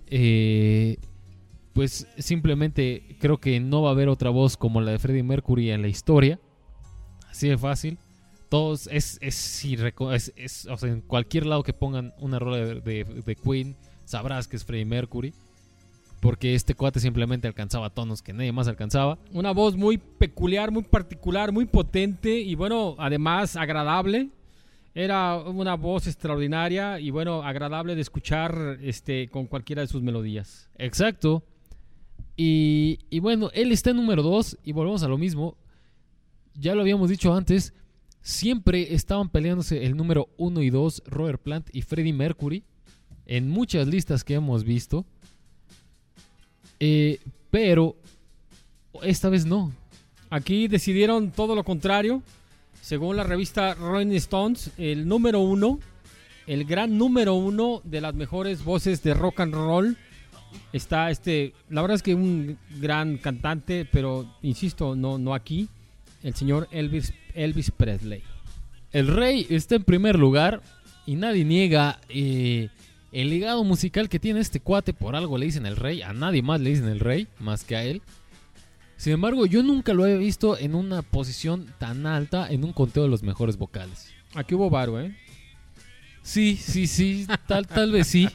Pues simplemente creo que no va a haber otra voz como la de Freddie Mercury en la historia. Así de fácil. Todos o sea, en cualquier lado que pongan una rola de Queen, sabrás que es Freddie Mercury. porque este cuate simplemente alcanzaba tonos que nadie más alcanzaba. Una voz muy peculiar, muy particular, muy potente y bueno, además agradable. Era una voz extraordinaria y bueno, agradable de escuchar con cualquiera de sus melodías. Exacto. Y bueno, él está en número 2 y volvemos a lo mismo. Ya lo habíamos dicho antes, siempre estaban peleándose el número 1 y 2, Robert Plant y Freddie Mercury, en muchas listas que hemos visto. Pero esta vez no. Aquí decidieron todo lo contrario. Según la revista Rolling Stones, el número 1, el gran número 1 de las mejores voces de rock and roll, está la verdad es que un gran cantante, pero insisto, no aquí, el señor Elvis Presley. El rey está en primer lugar y nadie niega el legado musical que tiene este cuate. Por algo le dicen el rey, a nadie más le dicen el rey, más que a él. Sin embargo, yo nunca lo he visto en una posición tan alta en un conteo de los mejores vocales. Aquí hubo varo, Sí, tal vez sí.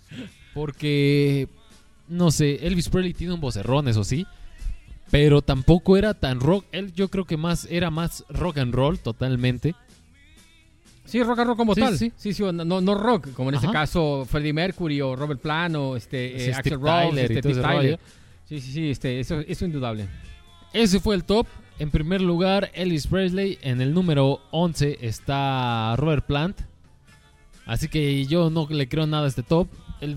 Porque, no sé, Elvis Presley tiene un vocerrón, eso sí, pero tampoco era tan rock. Él yo creo que era más rock and roll totalmente. Sí, rock and roll como tal. Sí. No rock, como en este caso Freddie Mercury o Robert Plant o Axl Rose, Steve Tyler. Sí, eso es indudable. Ese fue el top. En primer lugar, Elvis Presley. En el número 11 está Robert Plant. Así que yo no le creo nada a este top.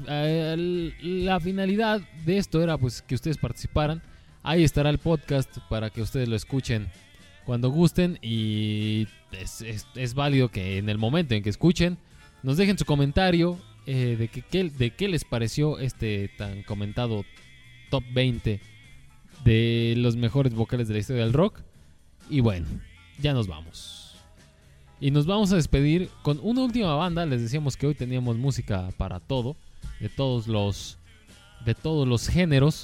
La finalidad de esto era pues que ustedes participaran. Ahí estará el podcast para que ustedes lo escuchen cuando gusten. Y es válido que en el momento en que escuchen nos dejen su comentario de qué les pareció este tan comentado top 20 de los mejores vocales de la historia del rock. Y bueno, ya nos vamos. Y nos vamos a despedir con una última banda. Les decíamos que hoy teníamos música para todo, de todos los géneros.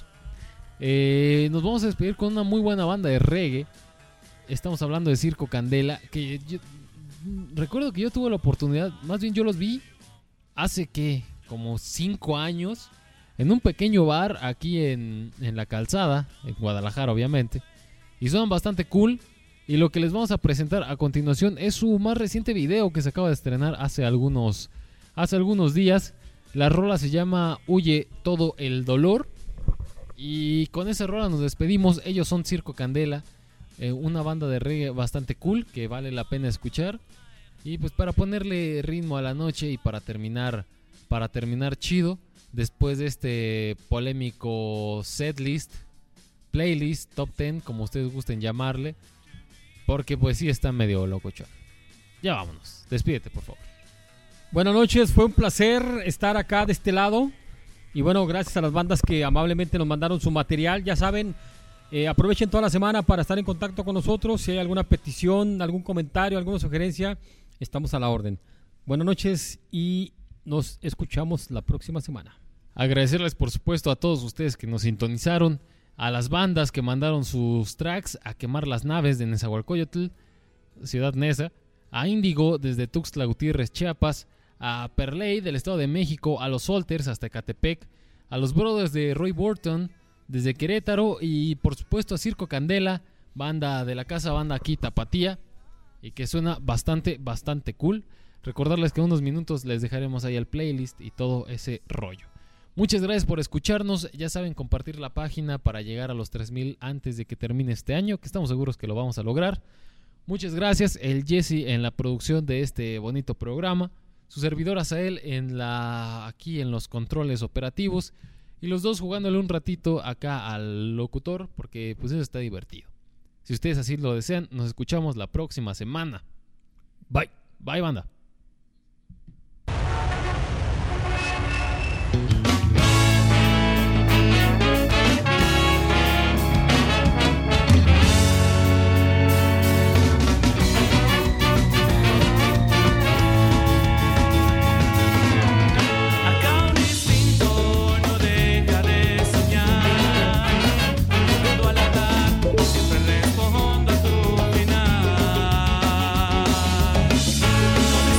Nos vamos a despedir con una muy buena banda de reggae. Estamos hablando de Circo Candela, que recuerdo que yo tuve la oportunidad, más bien yo los vi hace como 5 años en un pequeño bar aquí en la Calzada, en Guadalajara obviamente, y suenan bastante cool. Y lo que les vamos a presentar a continuación es su más reciente video que se acaba de estrenar hace algunos días. La rola se llama Huye todo el dolor. Y con esa rola nos despedimos. Ellos son Circo Candela, una banda de reggae bastante cool que vale la pena escuchar. Y pues para ponerle ritmo a la noche y para terminar chido, después de este polémico setlist, playlist, top 10, como ustedes gusten llamarle, porque pues sí está medio locochón. Ya vámonos, despídete por favor. Buenas noches, fue un placer estar acá de este lado. Y bueno, gracias a las bandas que amablemente nos mandaron su material. Ya saben, aprovechen toda la semana para estar en contacto con nosotros. Si hay alguna petición, algún comentario, alguna sugerencia, estamos a la orden. Buenas noches y nos escuchamos la próxima semana. Agradecerles por supuesto a todos ustedes que nos sintonizaron, a las bandas que mandaron sus tracks a quemar las naves de Nezahualcóyotl, Ciudad Neza, a Índigo desde Tuxtla Gutiérrez, Chiapas, a Perley del Estado de México, a los Solters hasta Ecatepec, a los Brothers de Roy Burton desde Querétaro y por supuesto a Circo Candela, banda de la casa, banda aquí Tapatía, y que suena bastante cool. Recordarles que en unos minutos les dejaremos ahí el playlist y todo ese rollo. Muchas gracias por escucharnos. Ya saben, compartir la página para llegar a los 3,000 antes de que termine este año, que estamos seguros que lo vamos a lograr. Muchas gracias, el Jesse en la producción de este bonito programa, su servidor Azael aquí en los controles operativos, y los dos jugándole un ratito acá al locutor, porque pues eso está divertido. Si ustedes así lo desean, nos escuchamos la próxima semana. Bye banda. Siempre respondo a tu final.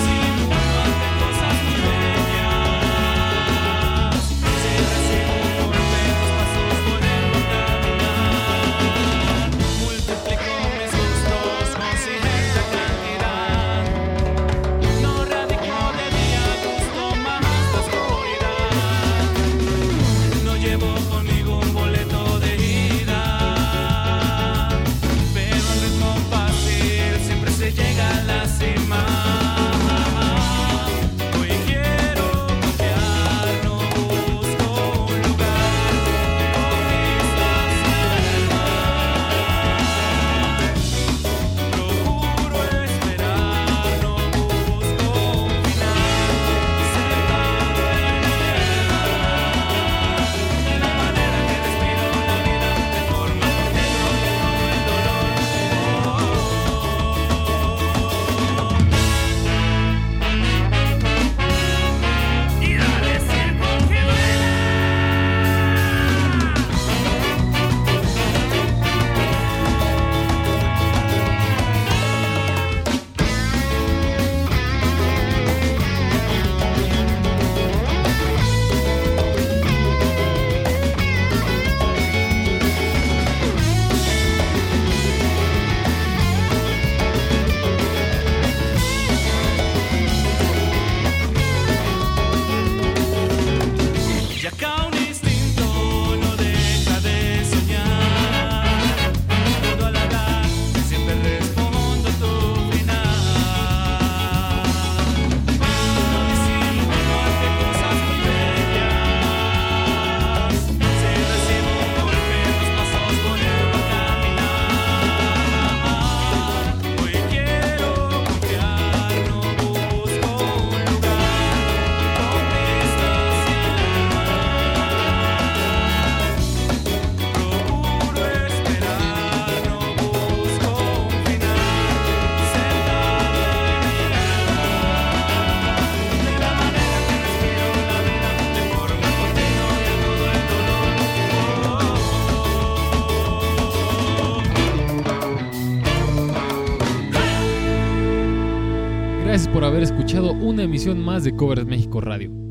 Gracias por haber escuchado una emisión más de Covers México Radio.